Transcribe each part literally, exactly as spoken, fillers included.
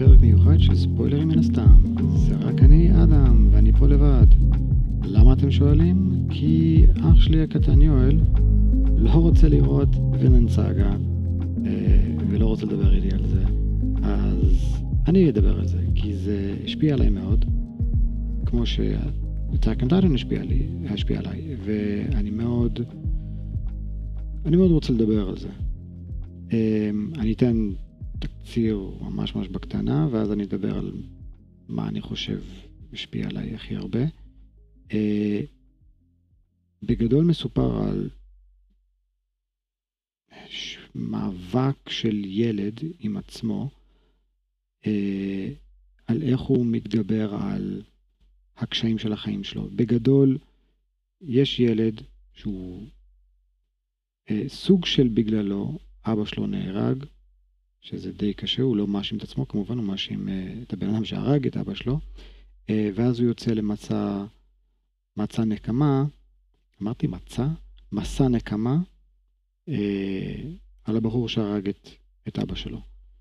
פרק מיוחד של ספוילרים מן הסתם. זה רק אני אדם ואני פה לבד. למה אתם שואלים? כי אח שלי הקטן יואל לא רוצה לראות וינלנד סאגה ולא רוצה לדבר איתי על זה. אז אני אדבר על זה כי זה השפיע עליי מאוד, כמו ש-Attack on Titan השפיע עליי, השפיע עליי ואני מאוד אני מאוד רוצה לדבר על זה. אני אתן תקציר ממש ממש בקטנה, ואז אני אדבר על מה אני חושב השפיע עליי הכי הרבה. בגדול מסופר על מאבק של ילד עם עצמו, על איך הוא מתגבר על הקשיים של החיים שלו. בגדול, יש ילד שהוא סוג של בגללו, אבא שלו נהרג, שזה די קשה, הוא לא מאשים את עצמו, כמובן הוא מאשים את הבן אדם שהרג את אבא שלו, ואז הוא יוצא למצע, מצע נקמה, אמרתי מצע? מסע נקמה, על הבחור שהרג את, את אבא שלו.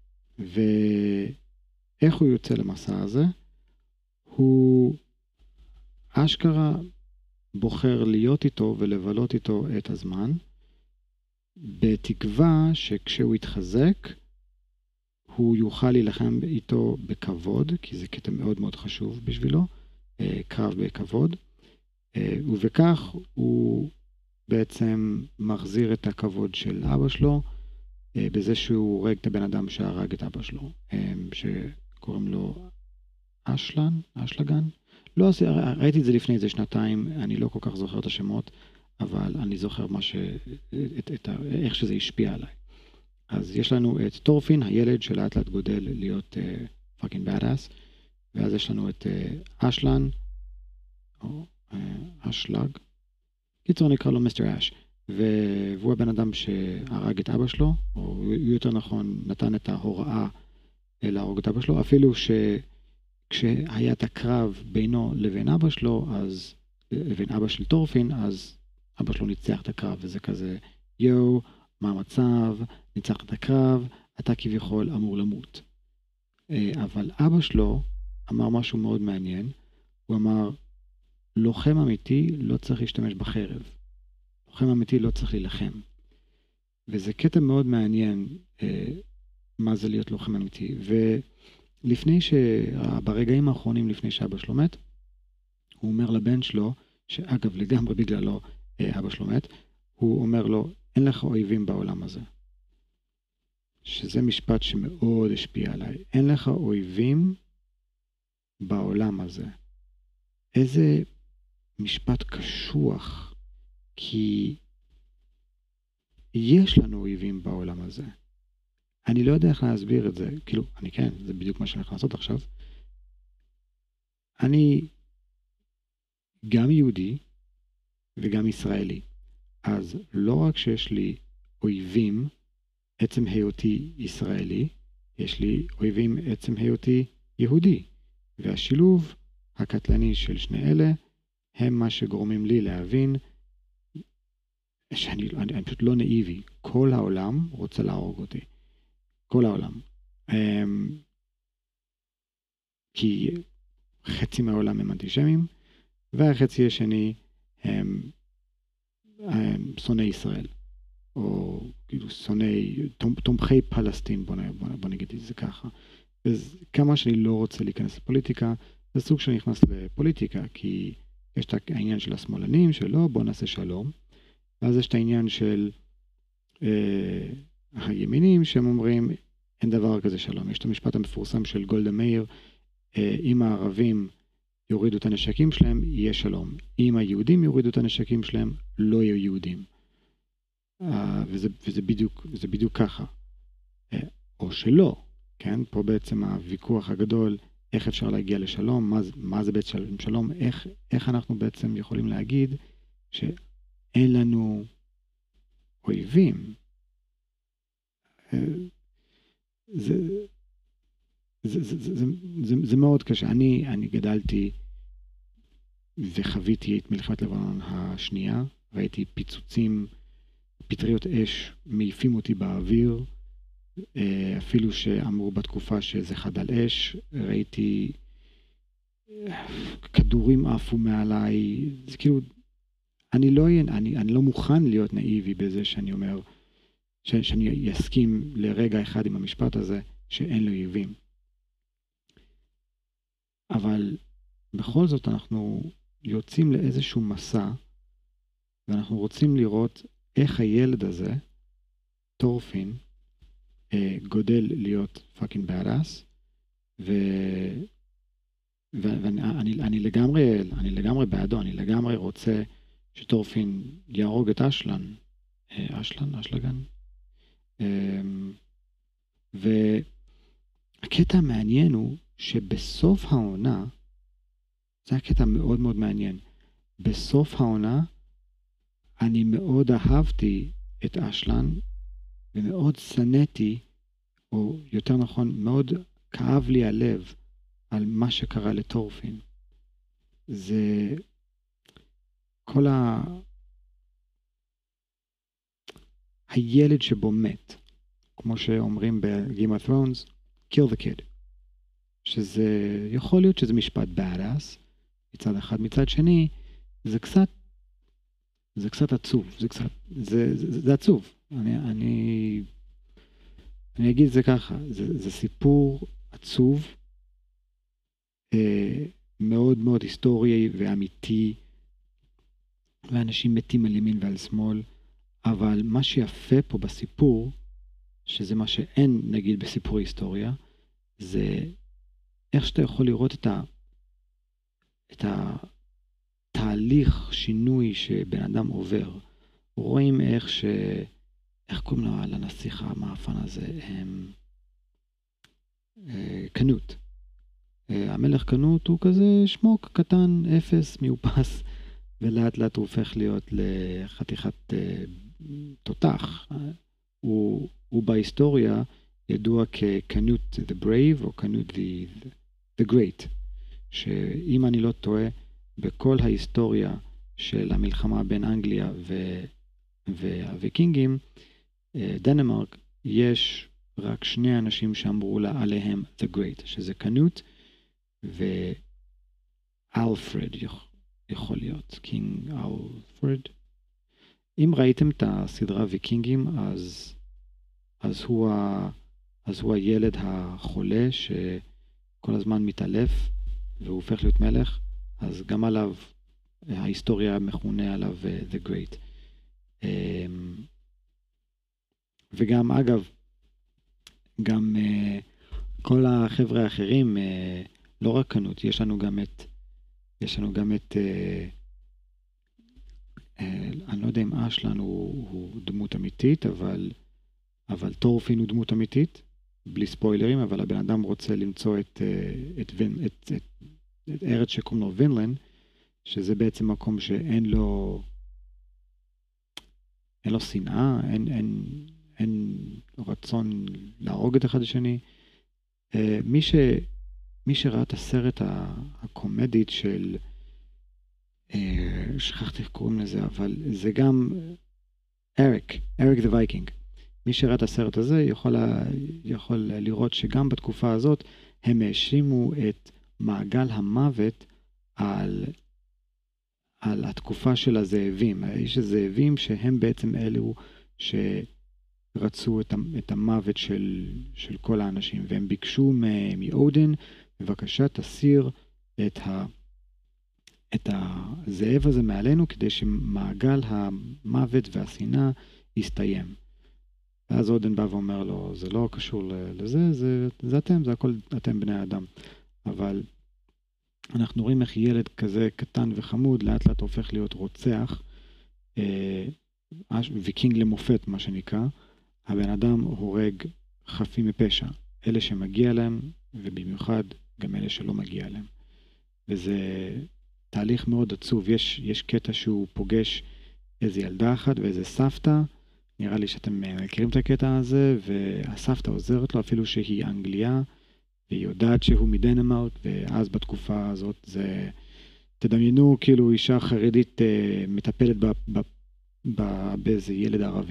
ואיך הוא יוצא למסע הזה? הוא אשכרה בוחר להיות איתו ולבלות איתו את הזמן, בתקווה שכשהוא יתחזק, הוא יוכל להילחם איתו בכבוד, כי זה קטע מאוד מאוד חשוב בשבילו, קרב בכבוד, ובכך הוא בעצם מחזיר את הכבוד של אבא שלו, בזה שהוא הורג את הבן אדם שהרג את אבא שלו, שקוראים לו אשלן, אשלגן. לא, ראיתי את זה לפני איזה שנתיים, אני לא כל כך זוכר את השמות, אבל אני זוכר מה ש... את, את, איך שזה השפיע עליי. אז יש לנו את טורפין, הילד שלאט לאט גודל להיות uh, fucking badass, ואז יש לנו את uh, אשלן, או uh, אשלג, קיצור נקרא לו מיסטר אש, והוא הבן אדם שהרג את אבא שלו, או יותר נכון נתן את ההוראה להרוג את אבא שלו, אפילו שכשהיה את הקרב בינו לבין אבא שלו, אז לבין אבא של טורפין, אז אבא שלו ניצח את הקרב, וזה כזה, יו, מה המצב, ניצח את הקרב, אתה כביכול אמור למות. אבל אבא שלו אמר משהו מאוד מעניין, הוא אמר, לוחם אמיתי לא צריך להשתמש בחרב, לוחם אמיתי לא צריך להילחם. וזה קטע מאוד מעניין, מה זה להיות לוחם אמיתי. ולפני ש... ברגעים האחרונים לפני שאבא שלו מת, הוא אומר לבן שלו, שאגב לגמרי בגללו אבא שלו מת, הוא אומר לו, אין לך אויבים בעולם הזה. שזה משפט שמאוד השפיע עליי. אין לך אויבים בעולם הזה. איזה משפט קשוח, כי יש לנו אויבים בעולם הזה. אני לא יודע איך להסביר את זה, כאילו, אני כן, זה בדיוק מה שאני הולך לעשות עכשיו. אני גם יהודי וגם ישראלי. אז לא רק שיש לי אויבים, עצם היותי ישראלי, יש לי אויבים עצם היותי יהודי. והשילוב הקטלני של שני אלה, הם מה שגורמים לי להבין, שאני אני, אני פשוט לא נאיבי. כל העולם רוצה להרוג אותי. כל העולם. כי חצי מהעולם הם אנטישמים, והחצי השני הם שונאי ישראל, או כאילו שונאי, תומכי פלסטין, בוא, בוא, בוא נגיד את זה ככה. אז כמה שאני לא רוצה להיכנס לפוליטיקה, זה סוג שאני נכנס לפוליטיקה, כי יש את העניין של השמאלנים, שלא, בוא נעשה שלום, ואז יש את העניין של אה, הימינים, שהם אומרים, אין דבר כזה שלום. יש את המשפט המפורסם של גולדה מאיר, אה, אם הערבים יורידו את הנשקים שלהם, יהיה שלום. אם היהודים יורידו את הנשקים שלהם, לא יהיו יהודים. Uh, וזה, וזה בדיוק, זה בדיוק ככה. Uh, או שלא, כן? פה בעצם הוויכוח הגדול, איך אפשר להגיע לשלום, מה, מה זה בעצם שלום, איך, איך אנחנו בעצם יכולים להגיד שאין לנו אויבים. Uh, זה, זה, זה, זה, זה, זה, זה מאוד קשה. אני, אני גדלתי וחוויתי את מלחמת לבנון השנייה, ראיתי פיצוצים, פטריות אש מעיפים אותי באוויר, אפילו שאמרו בתקופה שזה חד על אש, ראיתי כדורים עפו מעליי, זה כאילו, אני לא, אני, אני לא מוכן להיות נאיבי בזה שאני אומר, ש, שאני אסכים לרגע אחד עם המשפט הזה, שאין לו אויבים. אבל בכל זאת אנחנו יוצאים לאיזשהו מסע, ואנחנו רוצים לראות איך הילד הזה, טורפין, גודל להיות פאקינג באדאס, ו... ואני אני, אני לגמרי, אני לגמרי בעדו, אני לגמרי רוצה שטורפין יהרוג את אשלן, אשלן, אשלגן. והקטע המעניין הוא שבסוף העונה, זה הקטע מאוד מאוד מעניין, בסוף העונה אני מאוד אהבתי את אשלן, ומאוד שנאתי, או יותר נכון, מאוד כאב לי הלב על מה שקרה לטורפין. זה כל ה... הילד שבו מת, כמו שאומרים ב-Game of Thrones, kill the kid. שזה, יכול להיות שזה משפט badass, מצד אחד, מצד שני, זה קצת, זה קצת עצוב, זה קצת, זה, זה, זה עצוב. אני, אני, אני אגיד את זה ככה, זה, זה סיפור עצוב, אה, מאוד מאוד היסטורי ואמיתי, ואנשים מתים על ימין ועל שמאל, אבל מה שיפה פה בסיפור, שזה מה שאין נגיד בסיפור היסטוריה, זה איך שאתה יכול לראות את ה, את התהליך שינוי שבן אדם עובר. רואים איך ש... איך קוראים לו על הנסיך המאפן הזה? הם... קנות. המלך קנות הוא כזה שמוק, קטן, אפס, מיופס, ולאט לאט הוא הופך להיות לחתיכת תותח. הוא, הוא בהיסטוריה ידוע כקנות the brave או קנות the, the great, שאם אני לא טועה, בכל ההיסטוריה של המלחמה בין אנגליה ו... והוויקינגים, דנמרק, יש רק שני אנשים שאמרו לה עליהם the great, שזה קנות ואלפרד יכול להיות, קינג אלפרד. אם ראיתם את הסדרה ויקינגים, אז, אז, הוא ה, אז הוא הילד החולה שכל הזמן מתעלף והוא הופך להיות מלך, אז גם עליו, ההיסטוריה מכונה עליו the great. וגם אגב, גם כל החבר'ה האחרים, לא רק קנות, יש לנו גם את, יש לנו גם את, אני לא יודע אם אשלן הוא, הוא דמות אמיתית, אבל, אבל טורפין הוא דמות אמיתית, בלי ספוילרים, אבל הבן אדם רוצה למצוא את, את, את, את, את ארץ שקוראים לו וינלנד, שזה בעצם מקום שאין לו, אין לו שנאה, אין, אין, אין רצון להרוג את אחד השני. מי ש, מי שראה את הסרט הקומדית של, שכחתי איך קוראים לזה, אבל זה גם אריק, אריק the Viking. מי שראה את הסרט הזה יכול, יכול לראות שגם בתקופה הזאת הם האשימו את מעגל המוות על, על התקופה של הזאבים. יש הזאבים שהם בעצם אלו שרצו את, את המוות של, של כל האנשים, והם ביקשו מאודין, בבקשה תסיר את, ה, את הזאב הזה מעלינו, כדי שמעגל המוות והשנאה יסתיים. ואז אודין בא ואומר לו, זה לא קשור לזה, זה, זה אתם, זה הכל אתם בני האדם. אבל אנחנו רואים איך ילד כזה קטן וחמוד, לאט לאט הופך להיות רוצח, אה, ויקינג למופת מה שנקרא. הבן אדם הורג חפים מפשע, אלה שמגיע להם, ובמיוחד גם אלה שלא מגיע להם. וזה תהליך מאוד עצוב. יש, יש קטע שהוא פוגש איזו ילדה אחת ואיזה סבתא, נראה לי שאתם מכירים את הקטע הזה, והסבתא עוזרת לו אפילו שהיא אנגליה, והיא יודעת שהוא מדנמרק, ואז בתקופה הזאת זה, תדמיינו כאילו אישה חרדית אה, מטפלת ב, ב, ב, באיזה ילד ערבי.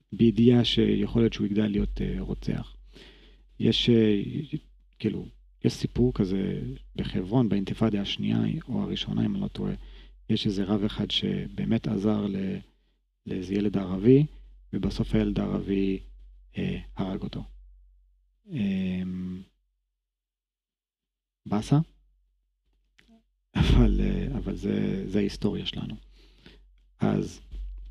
בידיעה שיכול להיות שהוא יגדל להיות רוצח. יש, כאילו, יש סיפור כזה בחברון, באינתיפאדה השנייה או הראשונה, אם אני לא טועה, יש איזה רב אחד שבאמת עזר לאיזה ילד ערבי, ובסוף הילד הערבי אה, הרג אותו. אה, בסה? אבל, אה, אבל זה, זה ההיסטוריה שלנו. אז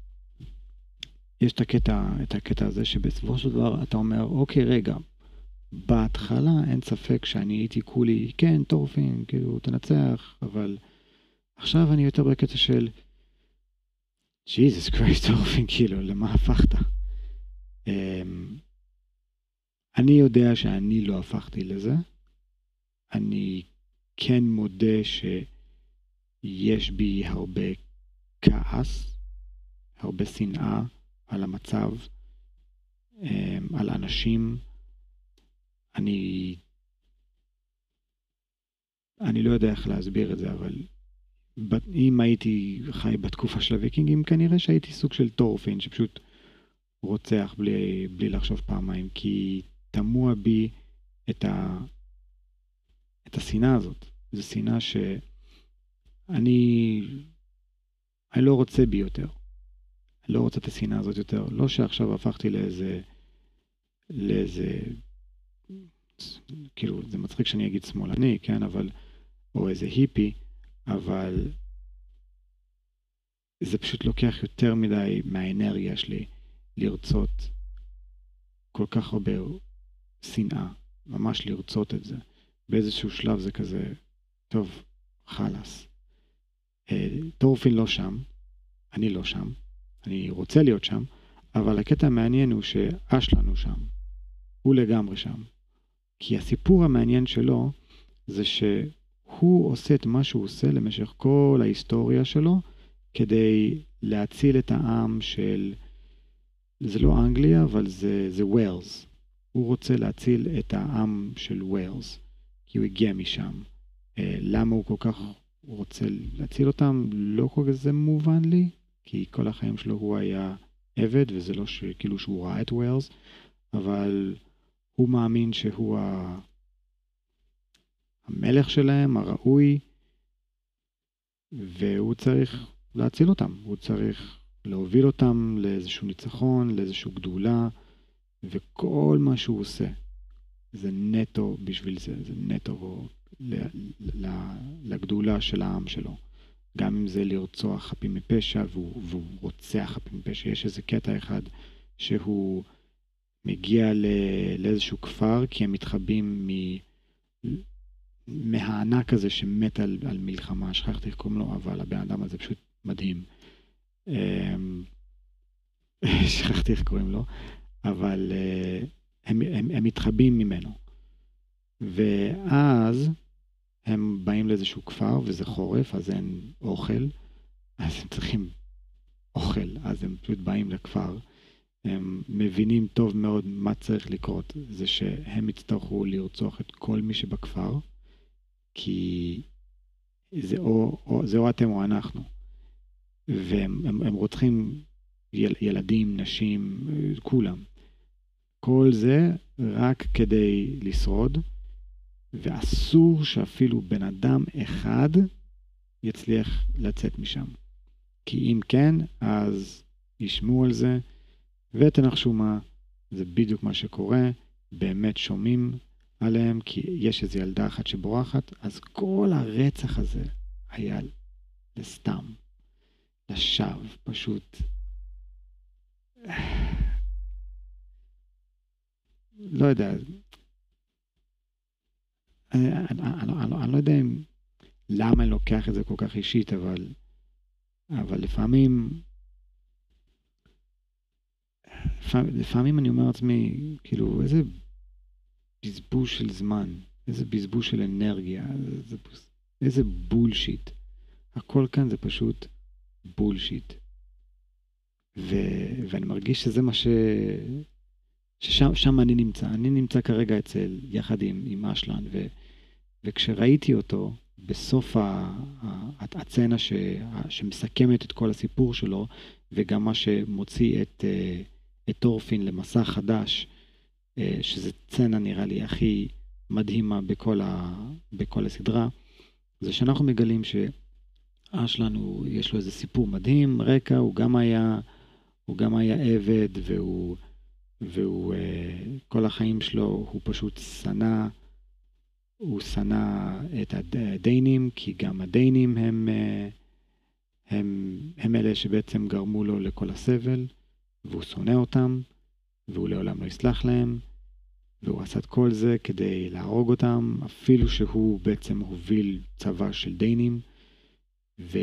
יש את הקטע, את הקטע הזה שבסופו של דבר אתה אומר, אוקיי, רגע, בהתחלה אין ספק שאני הייתי כולי, כן, טורפין, כאילו, תנצח, אבל עכשיו אני יותר בקטע של, ג'יזוס קרייסט, טורפין, כאילו, למה הפכת? אני יודע שאני לא הפכתי לזה. אני כן מודה שיש בי הרבה כעס, הרבה שנאה על המצב, על אנשים. אני, אני לא יודע איך להסביר את זה, אבל אם הייתי חי בתקופה של הוויקינגים, כנראה שהייתי סוג של טורפין, שפשוט רוצח בלי, בלי לחשוב פעמיים, כי תמוה בי את ה, את השנאה הזאת. זו שנאה שאני, אני לא רוצה בי יותר. אני לא רוצה את השנאה הזאת יותר. לא שעכשיו הפכתי לאיזה, לאיזה, כאילו, זה מצחיק שאני אגיד שמאלני, כן, אבל, או איזה היפי, אבל זה פשוט לוקח יותר מדי מהאנרגיה שלי לרצות כל כך הרבה שנאה, ממש לרצות את זה. באיזשהו שלב זה כזה, טוב, חלס. טורפין לא שם, אני לא שם, אני רוצה להיות שם, אבל הקטע המעניין הוא שאשלן הוא שם, הוא לגמרי שם. כי הסיפור המעניין שלו זה שהוא עושה את מה שהוא עושה למשך כל ההיסטוריה שלו, כדי להציל את העם של, זה לא אנגליה, אבל זה, זה ווילס. הוא רוצה להציל את העם של ווילס, כי הוא הגיע משם. למה הוא כל כך רוצה להציל אותם? לא כל כך זה מובן לי, כי כל החיים שלו הוא היה עבד, וזה לא כאילו שהוא ראה את ווילס, אבל הוא מאמין שהוא המלך שלהם, הראוי, והוא צריך להציל אותם. הוא צריך להוביל אותם לאיזשהו ניצחון, לאיזשהו גדולה, וכל מה שהוא עושה, זה נטו בשביל זה, זה נטו לגדולה של העם שלו. גם אם זה לרצוח חפים מפשע, והוא, והוא רוצח חפים מפשע. יש איזה קטע אחד שהוא מגיע לאיזשהו כפר, כי הם מתחבאים מ... מהענק הזה שמת על, על מלחמה, שכחתי איך קוראים לו, אבל הבן אדם הזה פשוט מדהים. שכחתי איך קוראים לו, אבל הם, הם, הם מתחבאים ממנו. ואז הם באים לאיזשהו כפר, וזה חורף, אז אין אוכל, אז הם צריכים אוכל, אז הם פשוט באים לכפר. הם מבינים טוב מאוד מה צריך לקרות, זה שהם יצטרכו לרצוח את כל מי שבכפר, כי זה או, או, זה או אתם או אנחנו. והם הם, הם רוצחים יל, ילדים, נשים, כולם. כל זה רק כדי לשרוד, ואסור שאפילו בן אדם אחד יצליח לצאת משם. כי אם כן, אז ישמעו על זה, ותנחשו מה, זה בדיוק מה שקורה, באמת שומעים עליהם, כי יש איזו ילדה אחת שבורחת, אז כל הרצח הזה היה לסתם, לשווא, פשוט. לא יודע, אני, אני, אני, אני, אני לא יודע אם, למה אני לוקח את זה כל כך אישית, אבל, אבל לפעמים, לפעמים, לפעמים אני אומר לעצמי, כאילו, איזה בזבוז של זמן, איזה בזבוז של אנרגיה, איזה, איזה בולשיט. הכל כאן זה פשוט בולשיט. ו, ואני מרגיש שזה מה ש... ששם שם אני נמצא. אני נמצא כרגע אצל, יחד עם, עם אשלן, ו, וכשראיתי אותו, בסוף הצצנה ש, שמסכמת את כל הסיפור שלו, וגם מה שמוציא את, את טורפין למסע חדש, שזה צנה נראה לי הכי מדהימה בכל, ה, בכל הסדרה, זה שאנחנו מגלים שאש לנו, יש לו איזה סיפור מדהים, רקע, הוא גם היה, הוא גם היה עבד, והוא, והוא, כל החיים שלו, הוא פשוט שנא, הוא שנא את הדיינים, כי גם הדיינים הם, הם, הם אלה שבעצם גרמו לו לכל הסבל, והוא שונא אותם, והוא לעולם לא יסלח להם, והוא עשה את כל זה כדי להרוג אותם, אפילו שהוא בעצם הוביל צבא של דיינים, ו...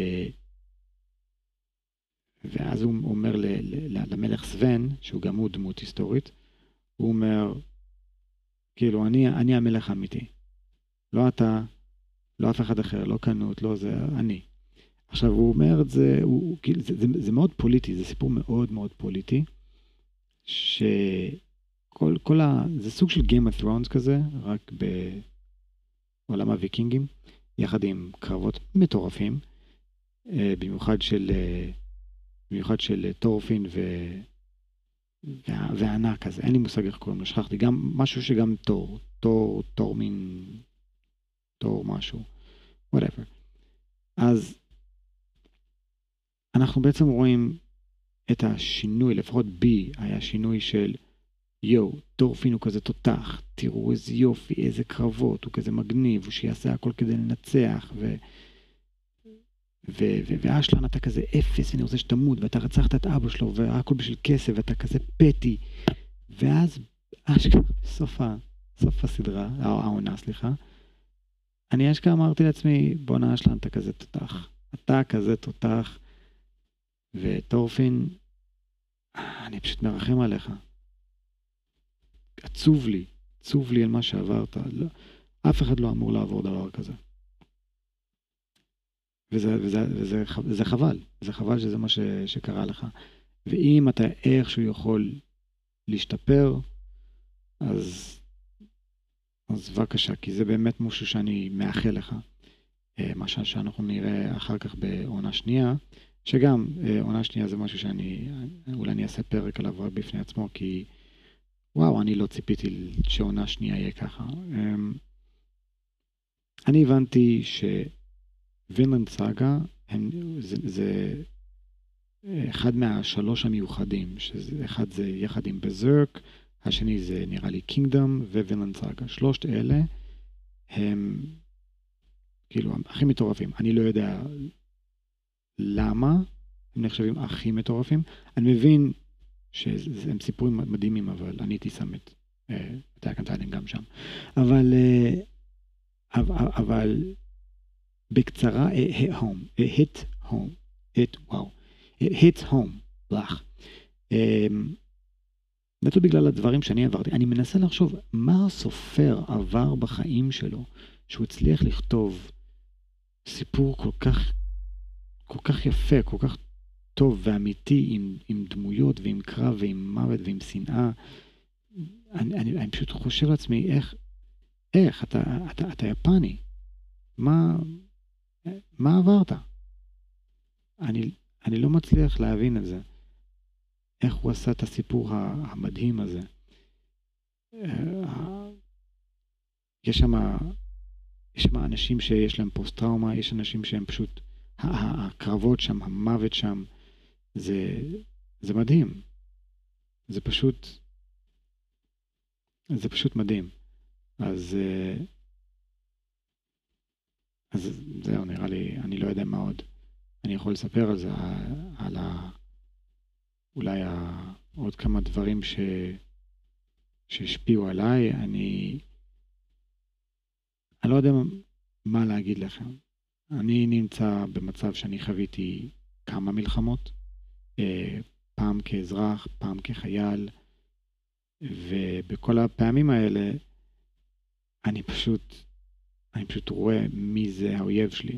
ואז הוא אומר ל... ל... למלך סוון, שהוא גם הוא דמות היסטורית, הוא אומר, כאילו, אני, אני המלך האמיתי. לא אתה, לא אף אחד אחר, לא קנות, לא זה, אני. עכשיו, הוא אומר את זה, הוא, הוא, זה, זה, זה מאוד פוליטי, זה סיפור מאוד מאוד פוליטי, ש... כל, כל ה... זה סוג של Game of Thrones כזה, רק בעולם הוויקינגים, יחד עם קרבות מטורפים, במיוחד של, במיוחד של טורפין ו... וה... והענק הזה, אין לי מושג איך קוראים לו, שכחתי, גם משהו שגם תור, תור, תור מין, תור משהו, whatever. אז אנחנו בעצם רואים את השינוי, לפחות בי היה שינוי של יו, טורפין הוא כזה תותח, תראו איזה יופי, איזה קרבות, הוא כזה מגניב, הוא שיעשה הכל כדי לנצח, ו... ו... ו... ואשלן אתה כזה אפס, ואני רוצה שתמות, ואתה רצחת את אבא שלו, והכל בשביל כסף, ואתה כזה פטי, ואז אשכרה בסוף ה... סוף הסדרה, העונה, סליחה, אני אשכרה אמרתי לעצמי, בוא נאשלן, אתה כזה תותח, אתה כזה תותח, וטורפין, אני פשוט מרחם עליך. עצוב לי, עצוב לי על מה שעברת. לא, אף אחד לא אמור לעבור דבר כזה. וזה, וזה, וזה, וזה חבל. זה חבל שזה מה ש, שקרה לך. ואם אתה איכשהו יכול להשתפר, אז, אז בבקשה, כי זה באמת משהו שאני מאחל לך. מה שאנחנו נראה אחר כך בעונה שנייה, שגם עונה שנייה זה משהו שאני, אולי אני אעשה פרק עליו בפני עצמו, כי וואו, אני לא ציפיתי שעונה שנייה יהיה ככה. אני הבנתי שווינלנד סאגה זה, זה אחד מהשלוש המיוחדים, שאחד זה יחד עם בזרק, השני זה נראה לי קינגדום ווינלנד סאגה. שלושת אלה הם כאילו הכי מטורפים. אני לא יודע למה הם נחשבים הכי מטורפים. אני מבין שהם סיפורים מדהימים, אבל אני הייתי שם את Attack on Titan גם שם. אבל, אבל בקצרה, hit home, hit home, hit, וואו, hit home, לך. נתו בגלל הדברים שאני עברתי. אני מנסה לחשוב מה הסופר עבר בחיים שלו, שהוא הצליח לכתוב סיפור כל כך, כל כך יפה, כל כך טוב ואמיתי, עם, עם דמויות ועם קרב ועם מוות ועם שנאה. אני, אני, אני פשוט חושב לעצמי, איך, איך, אתה, אתה, אתה יפני. מה, מה עברת? אני, אני לא מצליח להבין את זה. איך הוא עשה את הסיפור המדהים הזה. יש שם, יש שם אנשים שיש להם פוסט-טראומה, יש אנשים שהם פשוט, הקרבות שם, המוות שם, זה, זה מדהים. זה פשוט, זה פשוט מדהים. אז, אז זהו, נראה לי, אני לא יודע מה עוד. אני יכול לספר על זה, על ה... אולי ה... עוד כמה דברים ש... שהשפיעו עליי. אני... אני לא יודע מה להגיד לכם. אני נמצא במצב שאני חוויתי כמה מלחמות, פעם כאזרח, פעם כחייל, ובכל הפעמים האלה אני פשוט, אני פשוט רואה מי זה האויב שלי.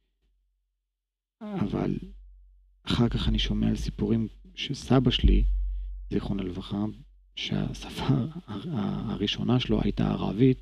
אבל אחר כך אני שומע על סיפורים שסבא שלי, זיכרון לברכה, שהשפה הראשונה שלו הייתה ערבית,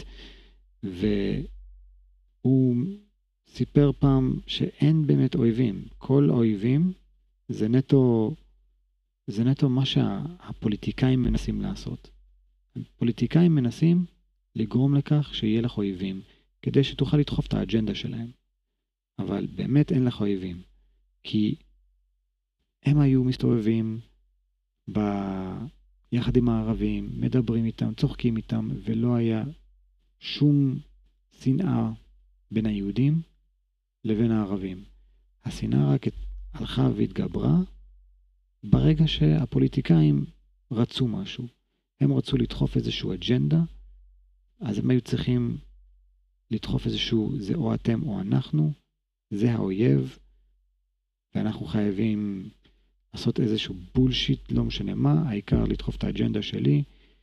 והוא סיפר פעם שאין באמת אויבים. כל האויבים זה נטו זה נטו מה שהפוליטיקאים מנסים לעשות. הפוליטיקאים מנסים לגרום לכך שיהיה לך אויבים, כדי שתוכל לדחוף את האג'נדה שלהם. אבל באמת אין לך אויבים, כי הם היו מסתובבים ב... יחד עם הערבים, מדברים איתם, צוחקים איתם, ולא היה שום שנאה בין היהודים לבין הערבים. השנאה רק הלכה והתגברה ברגע שהפוליטיקאים רצו משהו. הם רצו לדחוף איזשהו אג'נדה, אז הם היו צריכים לדחוף איזשהו, זה או אתם או אנחנו, זה האויב, ואנחנו חייבים לעשות איזשהו בולשיט, לא משנה מה, העיקר לדחוף את האג'נדה שלי,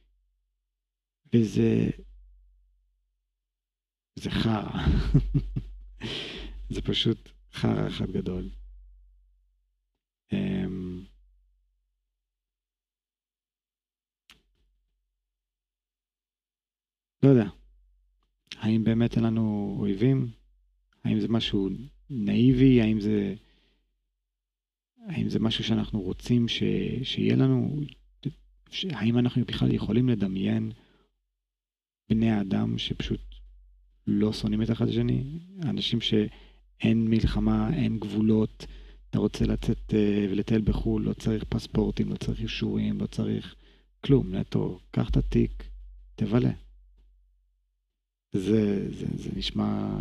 וזה, זה חרא. זה פשוט חרא אחד גדול. Um, לא יודע, האם באמת אין לנו אויבים? האם זה משהו נאיבי? האם זה, האם זה משהו שאנחנו רוצים ש, שיהיה לנו? ש, האם אנחנו בכלל יכולים לדמיין בני האדם שפשוט לא שונאים את אחד השני? אנשים שאין מלחמה, אין גבולות, אתה רוצה לצאת uh, ולטייל בחול, לא צריך פספורטים, לא צריך אישורים, לא צריך כלום, נטו, קח את התיק, תבלה. זה, זה, זה נשמע,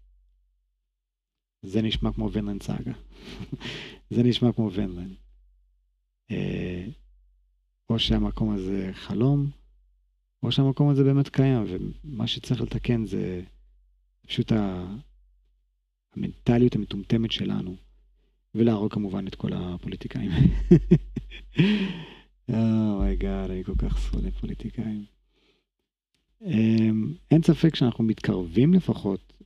זה נשמע כמו וינלנד סאגה. זה נשמע כמו וינלנד. אה, או שהמקום הזה חלום, או שהמקום הזה באמת קיים, ומה שצריך לתקן זה פשוט המנטליות המטומטמת שלנו, ולהרוג כמובן את כל הפוליטיקאים. אוי גאד, אני כל כך שונא פוליטיקאים. אין ספק שאנחנו מתקרבים לפחות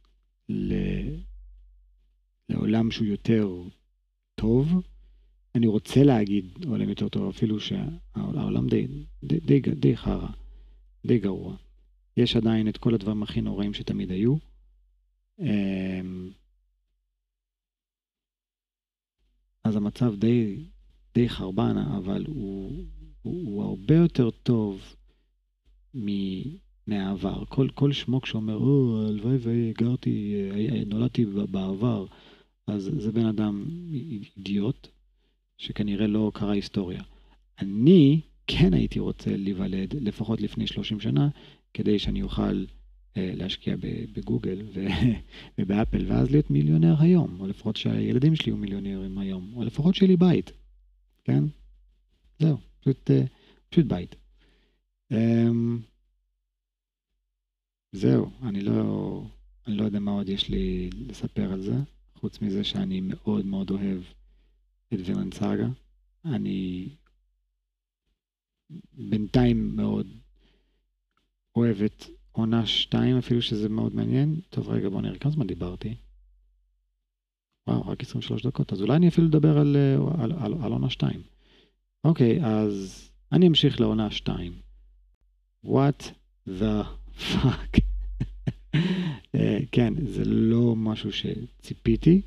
לעולם שהוא יותר טוב. אני רוצה להגיד עולם יותר טוב, אפילו שהעולם די, די, די, די חרא, די גרוע. יש עדיין את כל הדברים הכי נוראים שתמיד היו. אז המצב די, די חרבן, אבל הוא, הוא, הוא הרבה יותר טוב מ... מהעבר. כל, כל שמוק שאומר, או, הלוואי והגרתי, נולדתי בעבר, אז זה בן אדם אידיוט, שכנראה לא קרא היסטוריה. אני כן הייתי רוצה להיוולד, לפחות לפני שלושים שנה, כדי שאני אוכל אה, להשקיע בגוגל ו, ובאפל, ואז להיות מיליונר היום, או לפחות שהילדים שלי יהיו מיליונרים היום, או לפחות שיהיה לי בית. כן? זהו, פשוט, אה, פשוט בית. אמ... זהו, אני לא, אני לא יודע מה עוד יש לי לספר על זה, חוץ מזה שאני מאוד מאוד אוהב את וינלנד סאגה. אני בינתיים מאוד אוהב את עונה שתיים, אפילו שזה מאוד מעניין. טוב, רגע, בוא נראה כמה זמן דיברתי. וואו, רק עשרים ושלוש דקות, אז אולי אני אפילו לדבר על, על, על, על עונה שתיים. אוקיי, אז אני אמשיך לעונה שתיים. What the fuck? כן, זה לא משהו שציפיתי.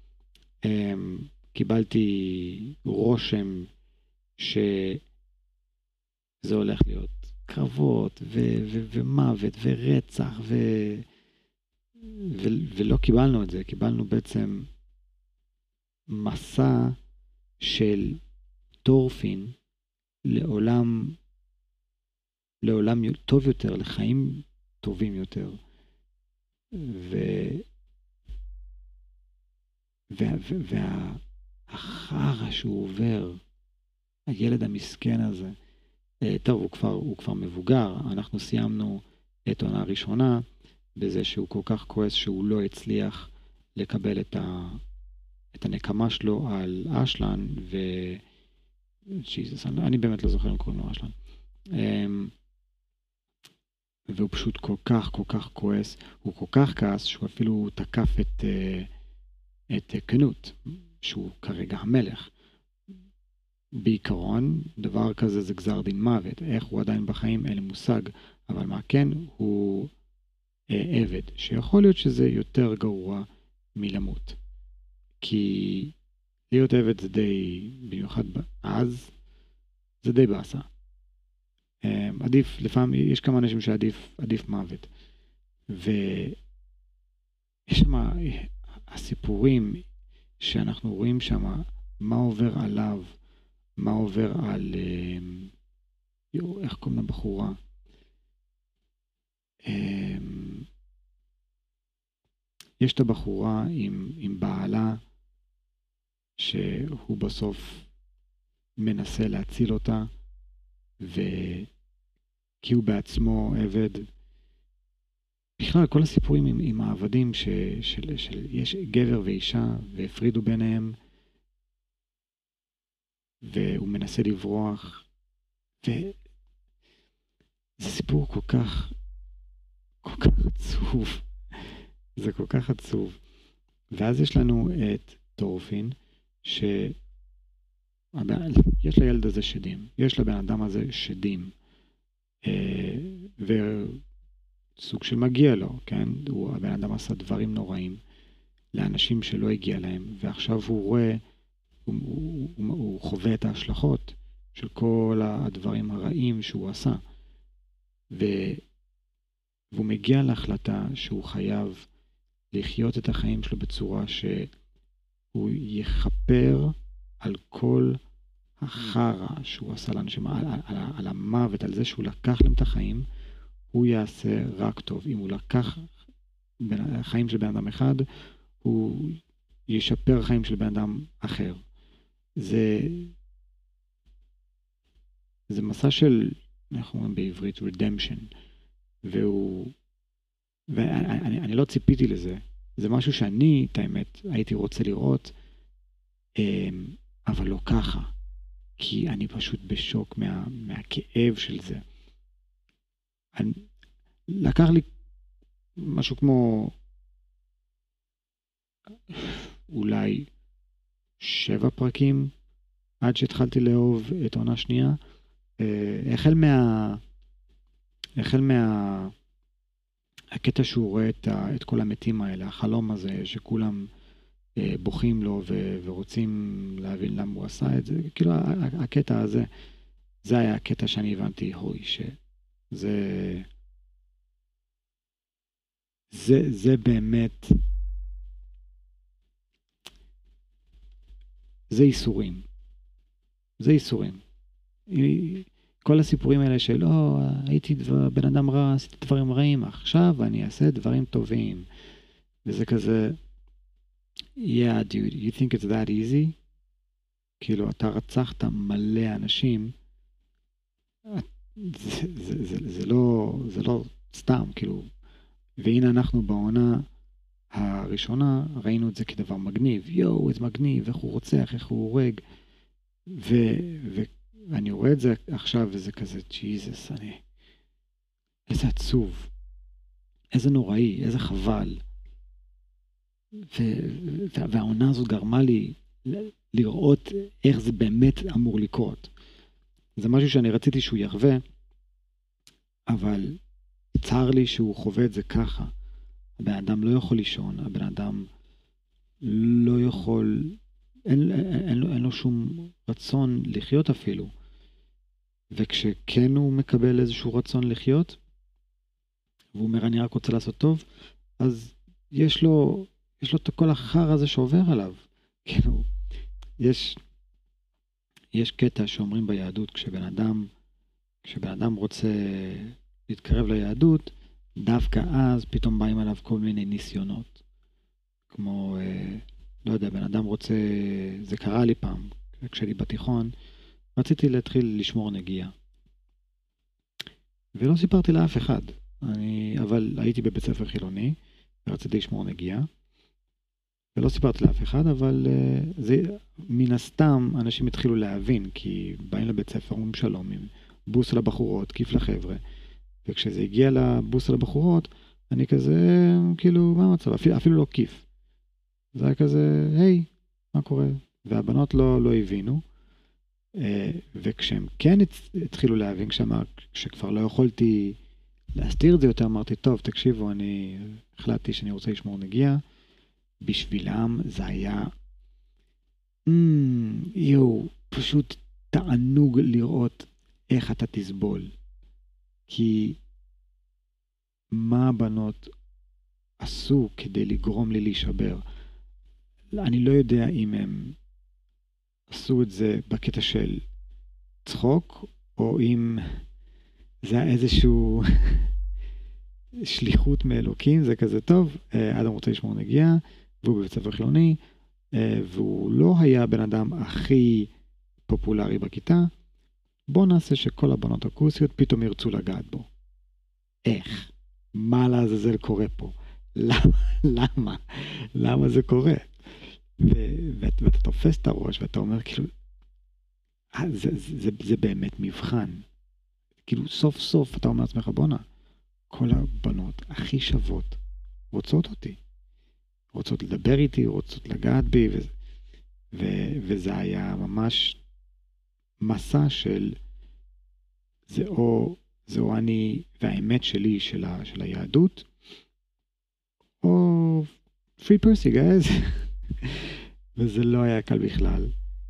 קיבלתי רושם שזה הולך להיות קרבות ו- ו- ומוות ורצח ו- ו- ולא קיבלנו את זה. קיבלנו בעצם מסע של טורפין לעולם לעולם טוב יותר, לחיים טובים יותר. ו... וה... והחרא שהוא עובר, הילד המסכן הזה, טוב, הוא כבר, הוא כבר מבוגר. אנחנו סיימנו את העונה הראשונה בזה שהוא כל כך כועס שהוא לא הצליח לקבל את, ה... את הנקמה שלו על אשלן, ו... ג'יזוס, אני, אני באמת לא זוכר אם קוראים לו אשלן. והוא פשוט כל כך, כל כך כועס, הוא כל כך כעס, שהוא אפילו תקף את, את קנות, שהוא כרגע המלך. בעיקרון, דבר כזה זה גזר דין מוות. איך הוא עדיין בחיים, אין לי מושג, אבל מה כן, הוא אה, עבד, שיכול להיות שזה יותר גרוע מלמות. כי להיות עבד זה די, במיוחד אז, זה די באסה. עדיף, לפעמים, יש כמה אנשים שעדיף, עדיף מוות. ויש שם הסיפורים שאנחנו רואים שם, מה עובר עליו, מה עובר על, יו, איך קוראים לבחורה? יש את הבחורה עם, עם בעלה, שהוא בסוף מנסה להציל אותה, וכי הוא בעצמו עבד. בכלל, כל הסיפורים עם, עם העבדים, ש, של, של, יש גבר ואישה, והפרידו ביניהם, והוא מנסה לברוח, וזה סיפור כל כך, כל כך עצוב. זה כל כך עצוב. ואז יש לנו את טורפין, שיש לילד הזה שדים, יש לבן אדם הזה שדים, וסוג של מגיע לו, כן? הוא, הבן אדם עשה דברים נוראים לאנשים שלא הגיע להם, ועכשיו הוא רואה, הוא, הוא, הוא, הוא חווה את ההשלכות של כל הדברים הרעים שהוא עשה, ו, והוא מגיע להחלטה שהוא חייב לחיות את החיים שלו בצורה שהוא יכפר על כל החרא שהוא עשה לאנשים, על, על, על, על המוות, על זה שהוא לקח להם את החיים, הוא יעשה רק טוב. אם הוא לקח חיים של בן אדם אחד, הוא ישפר חיים של בן אדם אחר. זה, זה מסע של, אנחנו אומרים בעברית, redemption, והוא, ואני אני לא ציפיתי לזה. זה משהו שאני, את האמת, הייתי רוצה לראות, אבל לא ככה. כי אני פשוט בשוק מה, מהכאב של זה. אני, לקח לי משהו כמו אולי שבע פרקים עד שהתחלתי לאהוב את עונה שנייה. החל מה... החל מה... הקטע שהוא רואה את, ה, את כל המתים האלה, החלום הזה שכולם אה, בוכים לו ו, ורוצים להבין למה הוא עשה את זה, כאילו הקטע הזה, זה היה הקטע שאני הבנתי, הוי, שזה, זה, זה באמת, זה איסורים, זה איסורים. כל הסיפורים האלה של, לא, הייתי דבר, בן אדם רע, עשיתי דברים רעים, עכשיו אני אעשה דברים טובים. וזה כזה, yeah, dude, you think it's that easy? כאילו, אתה רצחת מלא אנשים, זה, זה, זה, זה, לא, זה לא סתם, כאילו. והנה אנחנו בעונה הראשונה, ראינו את זה כדבר מגניב. יואו, איזה מגניב, איך הוא רוצח, איך הוא הורג. ו... ו אני רואה את זה עכשיו, וזה כזה, ג'יזוס, אני... איזה עצוב, איזה נוראי, איזה חבל. ו... והעונה הזאת גרמה לי לראות איך זה באמת אמור לקרות. זה משהו שאני רציתי שהוא יחווה, אבל צר לי שהוא חווה את זה ככה. הבן אדם לא יכול לישון, הבן אדם לא יכול... אין, אין, אין, לו, אין לו שום רצון לחיות אפילו. וכשכן הוא מקבל איזשהו רצון לחיות, והוא אומר, אני רק רוצה לעשות טוב, אז יש לו, יש לו את כל החר הזה שעובר עליו. כאילו, יש, יש קטע שאומרים ביהדות, כשבן אדם, כשבן אדם רוצה להתקרב ליהדות, דווקא אז פתאום באים עליו כל מיני ניסיונות. כמו, לא יודע, בן אדם רוצה, זה קרה לי פעם, כשאני בתיכון, רציתי להתחיל לשמור נגיעה. ולא סיפרתי לאף אחד. אני, אבל הייתי בבית ספר חילוני, ורציתי לשמור נגיעה. ולא סיפרתי לאף אחד, אבל uh, זה, מן הסתם אנשים התחילו להבין, כי באים לבית ספר, אומרים שלום, עם בוס לבחורות, כיף לחבר'ה. וכשזה הגיע לבוס לבחורות, אני כזה, כאילו, מה המצב? אפילו, אפילו לא כיף. זה היה כזה, היי, מה קורה? והבנות לא, לא הבינו. וכשהם כן התחילו להבין, כשכבר לא יכולתי להסתיר את זה יותר, אמרתי, טוב, תקשיבו, אני החלטתי שאני רוצה לשמור נגיעה. בשבילם זה היה, יו, פשוט תענוג לראות איך אתה תסבול. כי מה הבנות עשו כדי לגרום לי להישבר? אני לא יודע אם הם עשו את זה בקטע של צחוק, או אם זה היה איזשהו שליחות מאלוקים, זה כזה טוב, אדם רוצה לשמור נגיעה, והוא בבית ספר חילוני, והוא לא היה הבן אדם הכי פופולרי בכיתה, בוא נעשה שכל הבנות הכוסיות פתאום ירצו לגעת בו. איך? מה לעזאזל קורה פה? למה? למה? למה זה קורה? ו- ואת, ואתה תופס את הראש ואתה אומר כאילו, זה, זה, זה, זה באמת מבחן. כאילו סוף סוף אתה אומר לעצמך, בונה, כל הבנות הכי שוות רוצות אותי. רוצות לדבר איתי, רוצות לגעת בי, ו- ו- וזה היה ממש מסע של, זה או, זה או אני והאמת שלי של, ה- של היהדות, או free pussy guys. וזה לא היה קל בכלל.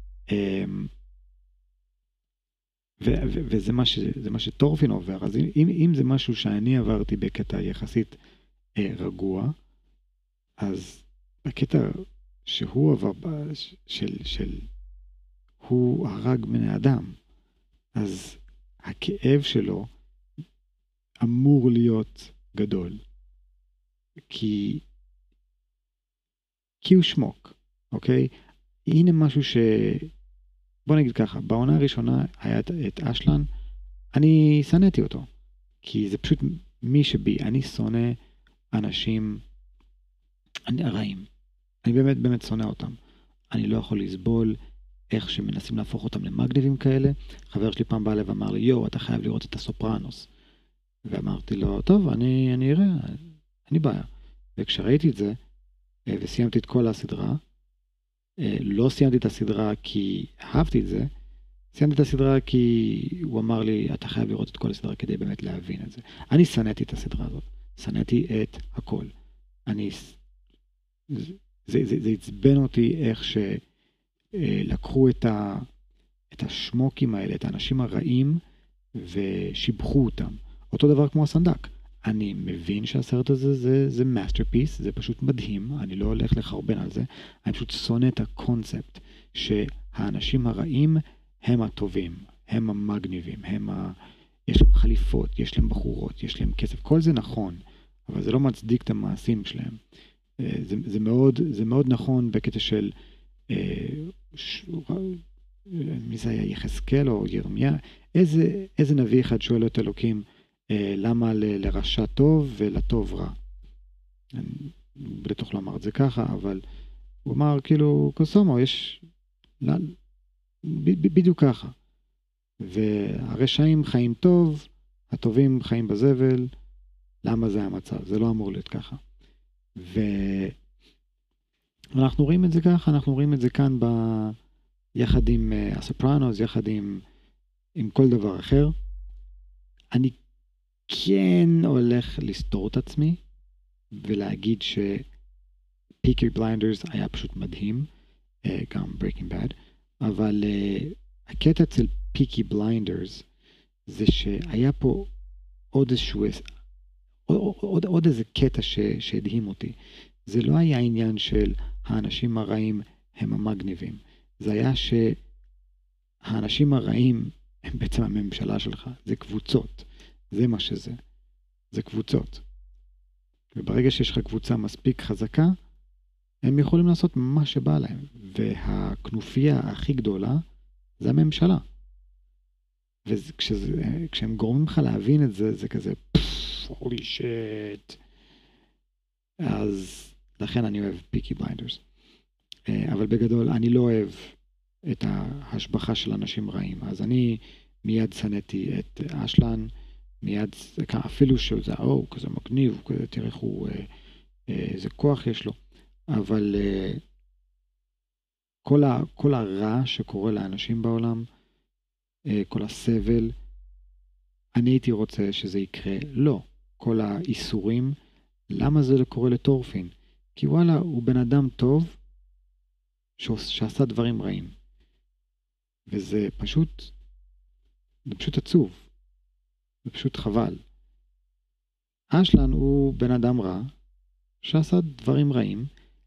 ו- ו- וזה מה, ש- זה מה שטורפין עובר. אז אם, אם זה משהו שאני עברתי בקטע יחסית אה, רגוע, אז בקטע שהוא עבר, של, של, הוא הרג בני אדם. אז הכאב שלו אמור להיות גדול. כי, כי הוא שמוק, אוקיי? הנה משהו ש... בוא נגיד ככה, בעונה הראשונה היה את, את אשלן, אני שנאתי אותו. כי זה פשוט מי שבי, אני שונא אנשים אני, רעים. אני באמת באמת שונא אותם. אני לא יכול לסבול איך שמנסים להפוך אותם למגניבים כאלה. חבר שלי פעם בא לב ואמר לי, יו, אתה חייב לראות את הסופרנוס. ואמרתי לו, טוב, אני, אני אראה, אין לי בעיה. וכשראיתי את זה, וסיימתי את כל הסדרה, לא סיימתי את הסדרה כי אהבתי את זה, סיימתי את הסדרה כי הוא אמר לי, אתה חייב לראות את כל הסדרה כדי באמת להבין את זה. אני שנאתי את הסדרה הזאת, שנאתי את הכל. אני, זה, זה, זה, זה הצבן אותי איך שלקחו את, ה, את השמוקים האלה, את האנשים הרעים, ושיבחו אותם. אותו דבר כמו הסנדק. אני מבין שהסרט הזה זה, זה masterpiece, זה פשוט מדהים, אני לא הולך לחרבן על זה, אני פשוט שונא את הקונספט שהאנשים הרעים הם הטובים, הם המגניבים, הם ה... יש להם חליפות, יש להם בחורות, יש להם כסף, כל זה נכון, אבל זה לא מצדיק את המעשים שלהם. זה, זה, מאוד, זה מאוד נכון בקטע של ש... מי זה היה, יחזקאל או ירמיה, איזה, איזה נביא אחד שואל את אלוקים, למה ל, לרשע טוב ולטוב רע? אני בטוח לא אמר את זה ככה, אבל הוא אמר כאילו, קוסומו, יש, לא, ב, ב, בדיוק ככה. והרשעים חיים טוב, הטובים חיים בזבל, למה זה המצב? זה לא אמור להיות ככה. ואנחנו רואים את זה ככה, אנחנו רואים את זה כאן ב... יחד עם uh, הסופרנוס, יחד עם, עם כל דבר אחר. אני כן הולך לסתור את עצמי, ולהגיד שפיקי בליינדרס היה פשוט מדהים, uh, גם Breaking Bad, אבל uh, הקטע אצל פיקי בליינדרס, זה שהיה פה עוד איזשהו, עוד, עוד, עוד איזה קטע ש, שהדהים אותי. זה לא היה עניין של האנשים הרעים הם המגניבים. זה היה שהאנשים הרעים הם בעצם הממשלה שלך. זה קבוצות. זה מה שזה. זה קבוצות. וברגע שיש לך קבוצה מספיק חזקה, הם יכולים לעשות מה שבא להם. והכנופיה הכי גדולה זה הממשלה. וכשהם גורמים לך להבין את זה, זה כזה, holy shit. אז לכן אני אוהב פיקי בליינדרס. אבל בגדול, אני לא אוהב את ההשבחה של אנשים רעים. אז אני מיד שנאתי את אשלן, מיד, אפילו שזה, או, כזה מגניב, כזה, תראה איך הוא, איזה כוח יש לו. אבל כל, ה, כל הרע שקורה לאנשים בעולם, כל הסבל, אני הייתי רוצה שזה יקרה. לא. כל האיסורים, למה זה לא קורה לטורפין? כי וואלה, הוא בן אדם טוב, שעשה דברים רעים. וזה פשוט, זה פשוט עצוב. זה פשוט חבל. אשלן הוא בן אדם רע, שעשה דברים רעים,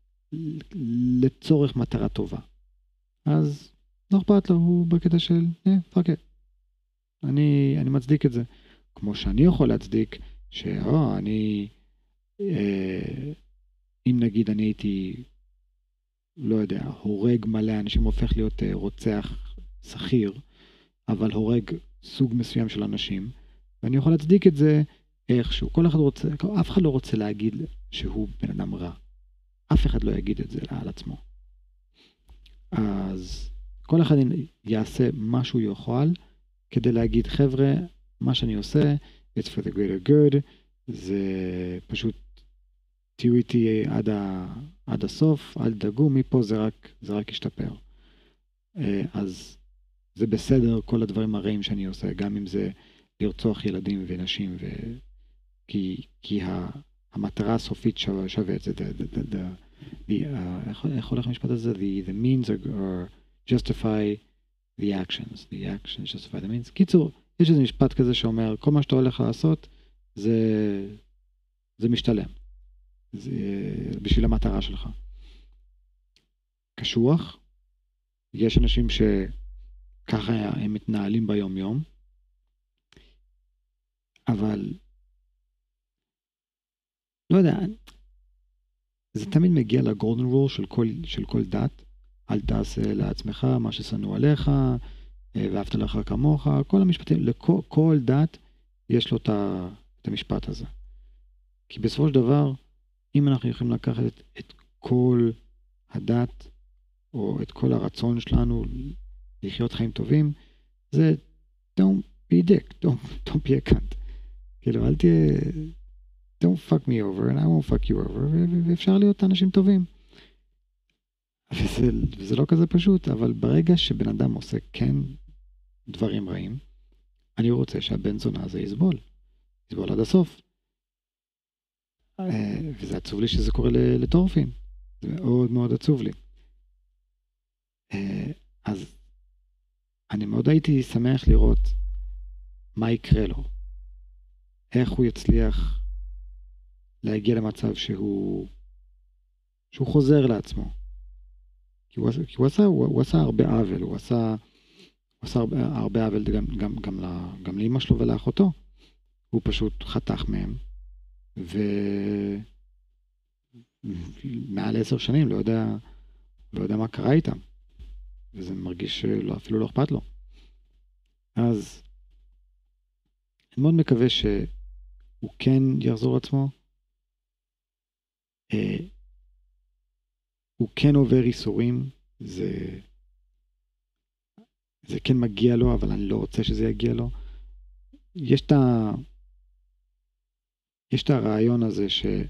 לצורך מטרה טובה. אז לא אכפת לו, הוא בקטע של, אה, פאק את. אני, אני מצדיק את זה. כמו שאני יכול להצדיק, שאו, אני, אה, אם נגיד אני הייתי, לא יודע, הורג מלא אנשים, הופך להיות אה, רוצח שכיר, אבל הורג סוג מסוים של אנשים, ואני יכול להצדיק את זה איכשהו. כל אחד רוצה, אף אחד לא רוצה להגיד שהוא בן אדם רע. אף אחד לא יגיד את זה על עצמו. אז כל אחד יעשה מה שהוא יוכל, כדי להגיד, חבר'ה, מה שאני עושה, it's for the greater good, זה פשוט תהיו איתי עד, ה, עד הסוף, אל תדאגו, מפה זה רק, זה רק ישתפר. אז זה בסדר כל הדברים הרעים שאני עושה, גם אם זה לרצוח ילדים ונשים, ו... כי, כי ה, המטרה הסופית שווה, שווה את זה, the, the, the, the, uh, איך, איך הולך המשפט הזה? The, the means are, are justify the actions, the actions justify the means. קיצור, יש איזה משפט כזה שאומר, כל מה שאתה הולך לעשות, זה, זה משתלם. זה בשביל המטרה שלך. קשוח, יש אנשים שככה הם מתנהלים ביום יום, אבל לא יודע, זה תמיד מגיע לגולדן רול של כל, של כל דת, אל תעשה לעצמך מה ששנוא עליך, ואהבת לך כמוך, כל המשפטים, לכל כל דת יש לו את המשפט הזה. כי בסופו של דבר, אם אנחנו יכולים לקחת את, את כל הדת, או את כל הרצון שלנו לחיות חיים טובים, זה don't be a dick, don't, don't be a cunt. כאילו, אל תהיה, don't fuck me over and I won't fuck you over, ואפשר להיות אנשים טובים. וזה, וזה לא כזה פשוט, אבל ברגע שבן אדם עושה כן דברים רעים, אני רוצה שהבן זונה הזה יסבול. יסבול עד הסוף. וזה עצוב לי שזה קורה לטורפין. זה מאוד מאוד עצוב לי. אז אני מאוד הייתי שמח לראות מה יקרה לו. איך הוא יצליח להגיע למצב שהוא, שהוא חוזר לעצמו. כי הוא, כי הוא עשה, הוא, הוא עשה הרבה עוול, הוא עשה, הוא עשה הרבה, הרבה עוול גם, גם, גם, לה, גם לאמא שלו ולאחותו. הוא פשוט חתך מהם, ומעל עשר שנים לא יודע, לא יודע מה קרה איתם. וזה מרגיש שלא, אפילו לא אכפת לו. אז אני מאוד מקווה שהוא כן יחזור עצמו. אה, הוא כן עובר איסורים, זה, זה כן מגיע לו, אבל אני לא רוצה שזה יגיע לו. יש את ה... יש את הרעיון הזה שאתה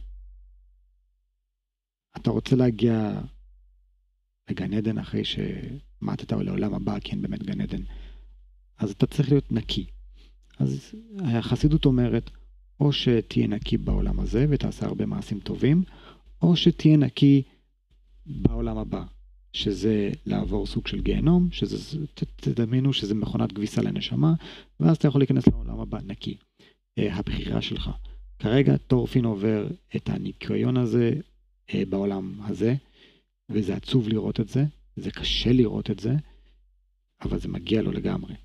רוצה להגיע לגן עדן אחרי שמתת לעולם הבא, כי אין באמת גן עדן. אז אתה צריך להיות נקי. אז החסידות אומרת, או שתהיה נקי בעולם הזה ותעשה הרבה מעשים טובים, או שתהיה נקי בעולם הבא, שזה לעבור סוג של גיהנום, שזה, תדמיינו שזה מכונת כביסה לנשמה, ואז אתה יכול להיכנס לעולם הבא נקי. הבחירה שלך. כרגע טורפין עובר את הניקיון הזה בעולם הזה, וזה עצוב לראות את זה, זה קשה לראות את זה, אבל זה מגיע לו לגמרי.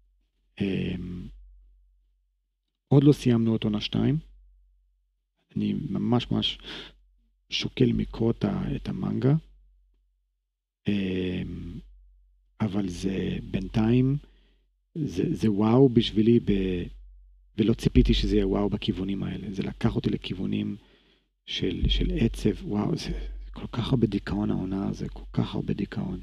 עוד לא סיימנו אותו נשתיים, אני ממש ממש שוקל מקרוא את המנגה, אבל זה בינתיים, זה, זה וואו בשבילי, ב, ולא ציפיתי שזה יהיה וואו בכיוונים האלה, זה לקח אותי לכיוונים של, של עצב, וואו, זה כל כך הרבה דיכאון העונה, זה כל כך הרבה דיכאון,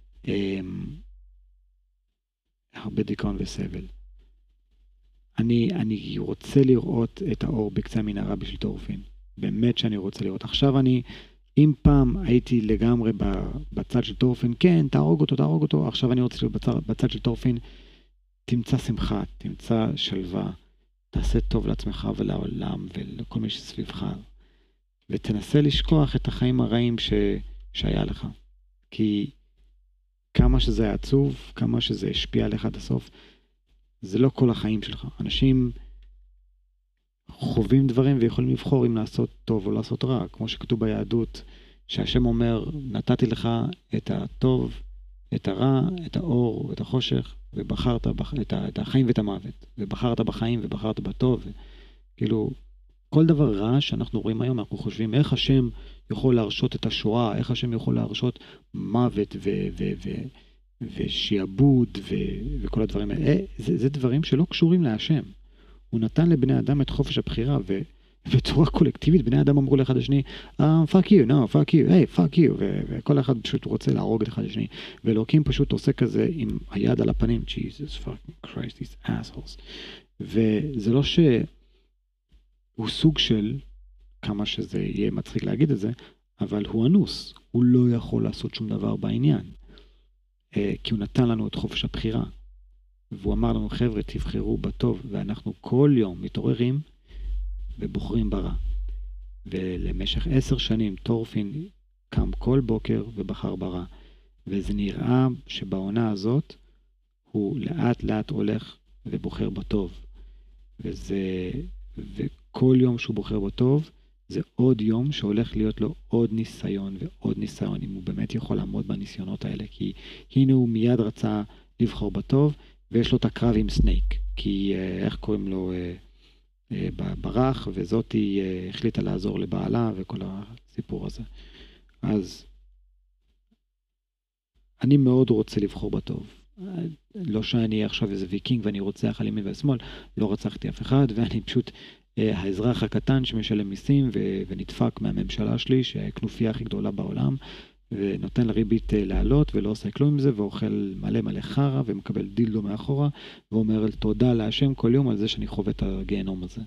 הרבה דיכאון וסבל. אני, אני רוצה לראות את האור בקצה המנהרה בשביל טורפין. באמת שאני רוצה לראות. עכשיו אני, אם פעם הייתי לגמרי בצד של טורפין, כן, תהרוג אותו, תהרוג אותו. עכשיו אני רוצה להיות בצד, בצד של טורפין. תמצא שמחה, תמצא שלווה. תעשה טוב לעצמך ולעולם ולכל מי שסביבך. ותנסה לשכוח את החיים הרעים ש, שהיה לך. כי כמה שזה היה עצוב, כמה שזה השפיע עליך עד הסוף, זה לא כל החיים שלך. אנשים חווים דברים ויכולים לבחור אם לעשות טוב או לעשות רע, כמו שכתוב ביהדות, שהשם אומר, נתתי לך את הטוב, את הרע, את האור, את החושך, ובחרת בח... את, ה... את החיים ואת המוות, ובחרת בחיים ובחרת בטוב. כאילו, כל דבר רע שאנחנו רואים היום, אנחנו חושבים איך השם יכול להרשות את השואה, איך השם יכול להרשות מוות ו... ו... ו... ושיעבוד ו... וכל הדברים האלה. זה, זה דברים שלא קשורים להשם. הוא נתן לבני אדם את חופש הבחירה, ו... בצורה קולקטיבית, בני אדם אמרו לאחד השני, uh, fuck you, no, fuck you, hey, fuck you, ו- וכל אחד פשוט רוצה להרוג את אחד השני, ואלוקים פשוט עושה כזה עם היד על הפנים, Jesus fucking Christ, these assholes. וזה לא שהוא סוג של, כמה שזה יהיה מצחיק להגיד את זה, אבל הוא אנוס, הוא לא יכול לעשות שום דבר בעניין, uh, כי הוא נתן לנו את חופש הבחירה, והוא אמר לנו, חבר'ה, תבחרו בטוב, ואנחנו כל יום מתעוררים, ובוחרים ברע. ולמשך עשר שנים טורפין קם כל בוקר ובחר ברע. וזה נראה שבעונה הזאת הוא לאט לאט הולך ובוחר בטוב. וזה, וכל יום שהוא בוחר בטוב, זה עוד יום שהולך להיות לו עוד ניסיון ועוד ניסיון, אם הוא באמת יכול לעמוד בניסיונות האלה. כי הנה הוא מיד רצה לבחור בטוב, ויש לו את הקרב עם סנייק. כי איך קוראים לו... ברח, וזאת היא החליטה לעזור לבעלה וכל הסיפור הזה. אז אני מאוד רוצה לבחור בטוב. לא שאני עכשיו איזה ויקינג ואני רוצח על ימין ושמאל, לא רצחתי אף אחד, ואני פשוט האזרח הקטן שמשלם מיסים ונדפק מהממשלה שלי, שהכנופיה הכי גדולה בעולם, ונותן לריבית לעלות ולא עושה כלום עם זה, ואוכל מלא מלא חרה ומקבל דילדו מאחורה, ואומר תודה להשם כל יום על זה שאני חווה את הגיהנום הזה.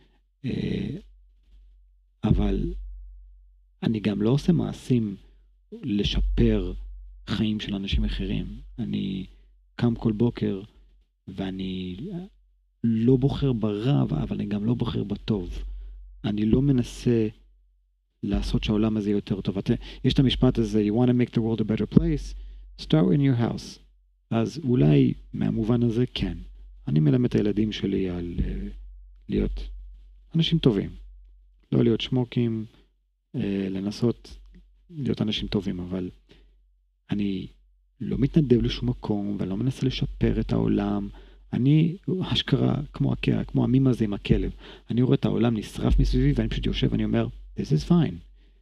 אבל אני גם לא עושה מעשים לשפר חיים של אנשים אחרים. אני קם כל בוקר ואני לא בוחר ברע, אבל אני גם לא בוחר בטוב. אני לא מנסה לעשות שהעולם הזה יותר טוב. יש את המשפט הזה, you want to make the world a better place, start in your house. אז אולי מהמובן הזה כן. אני מלמד את הילדים שלי על uh, להיות אנשים טובים. לא להיות שמוקים, uh, לנסות להיות אנשים טובים, אבל אני לא מתנדב לשום מקום, ולא מנסה לשפר את העולם. אני, אשכרה, כמו, כמו המים הזה עם הכלב. אני רואה את העולם נשרף מסביבי, ואני פשוט יושב ואני אומר, this is fine.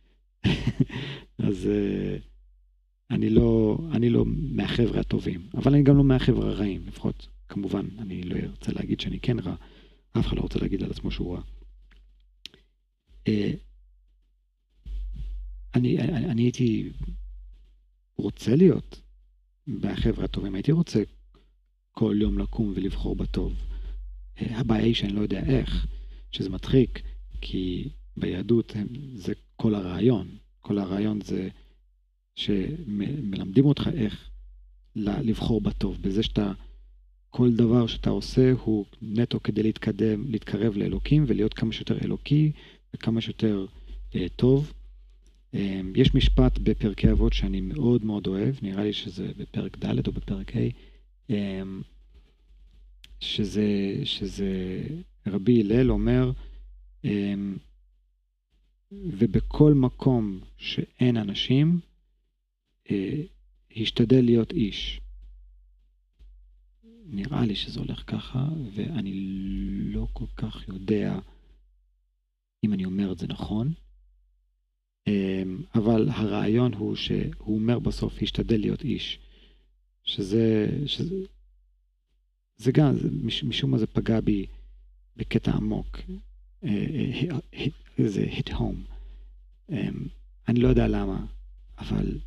אז uh, אני לא, אני לא מהחבר'ה הטובים, אבל אני גם לא מהחבר'ה הרעים, לפחות, כמובן, אני לא רוצה להגיד שאני כן רע, אף אחד לא רוצה להגיד על עצמו שהוא רע. Uh, אני, אני, אני הייתי רוצה להיות מהחבר'ה הטובים, הייתי רוצה כל יום לקום ולבחור בטוב. Uh, הבעיה היא שאני לא יודע איך, שזה מצחיק, כי ביהדות זה כל הרעיון. כל הרעיון זה שמלמדים אותך איך לבחור בטוב, בזה שאתה, כל דבר שאתה עושה הוא נטו כדי להתקדם, להתקרב לאלוקים ולהיות כמה שיותר אלוקי וכמה שיותר אה, טוב. אה, יש משפט בפרקי אבות שאני מאוד מאוד אוהב, נראה לי שזה בפרק ד' או בפרק ה', אה, שזה, שזה רבי הלל אומר, אה, ובכל מקום שאין אנשים, אה, השתדל להיות איש. נראה לי שזה הולך ככה, ואני לא כל כך יודע אם אני אומר את זה נכון, אה, אבל הרעיון הוא שהוא אומר בסוף, השתדל להיות איש. שזה, שזה, זה גם, משום מה זה פגע בי בקטע עמוק. זה hit home. אני לא יודע למה, אבל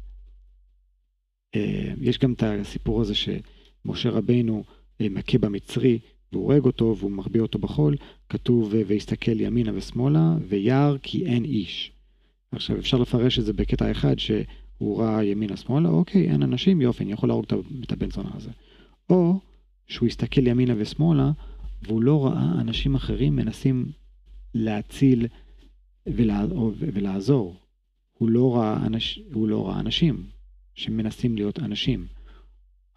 יש גם את הסיפור הזה שמשה רבינו מכה במצרי והוא הורג אותו והוא מחביא אותו בחול, כתוב ויסתכל ימינה ושמאלה וירא כי אין איש. עכשיו אפשר לפרש את זה בקטע אחד שהוא ראה ימינה שמאלה, אוקיי, אין אנשים, יופי, אני יכול להרוג את הבן זונה הזה. או שהוא הסתכל ימינה ושמאלה והוא לא ראה אנשים אחרים מנסים להציל ולעזור. הוא לא ראה, אנש, הוא לא ראה אנשים שמנסים להיות אנשים.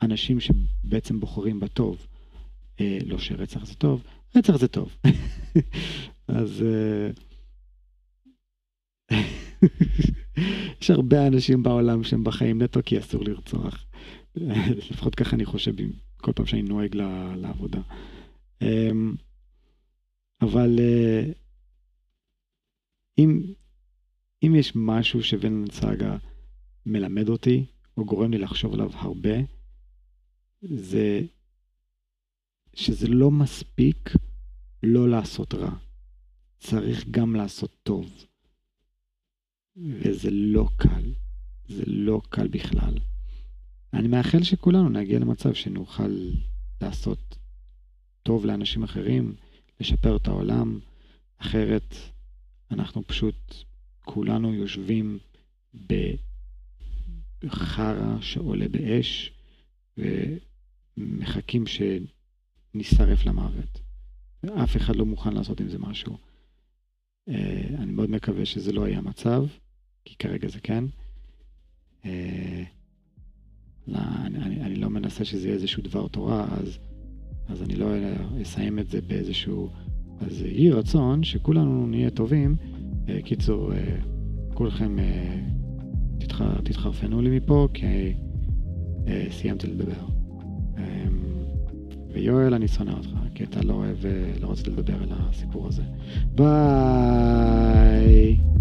אנשים שבעצם בוחרים בטוב. לא שרצח זה טוב, רצח זה טוב. אז יש הרבה אנשים בעולם שהם בחיים נטו כי אסור לרצוח. לפחות ככה אני חושב כל פעם שאני נוהג לעבודה. אבל אם, אם יש משהו שווינלנד סאגה מלמד אותי, או גורם לי לחשוב עליו הרבה, זה שזה לא מספיק לא לעשות רע. צריך גם לעשות טוב. וזה לא קל. זה לא קל בכלל. אני מאחל שכולנו נגיע למצב שנוכל לעשות טוב לאנשים אחרים, לשפר את העולם, אחרת אנחנו פשוט כולנו יושבים בחרה שעולה באש ומחכים שנשרף למוות. ואף אחד לא מוכן לעשות עם זה משהו. אני מאוד מקווה שזה לא היה מצב, כי כרגע זה כן. לא, אני, אני, אני לא מנסה שזה יהיה איזשהו דבר תורה, אז, אז אני לא אסיים את זה באיזשהו, אז יהי רצון שכולנו נהיה טובים. קיצור, כולכם תתח, תתחרפנו לי מפה, כי סיימתי לדבר. ויואל, אני שונא אותך, כי אתה לא אוהב, לא רוצה לדבר על הסיפור הזה. ביי!